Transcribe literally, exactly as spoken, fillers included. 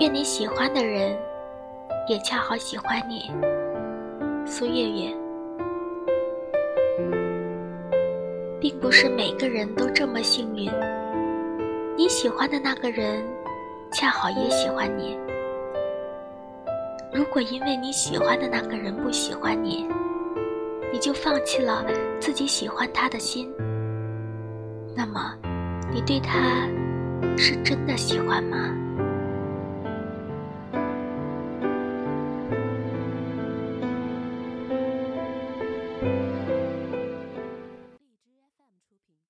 愿你喜欢的人也恰好喜欢你。苏月月。并不是每个人都这么幸运，你喜欢的那个人恰好也喜欢你。如果因为你喜欢的那个人不喜欢你，你就放弃了自己喜欢他的心，那么你对他是真的喜欢吗？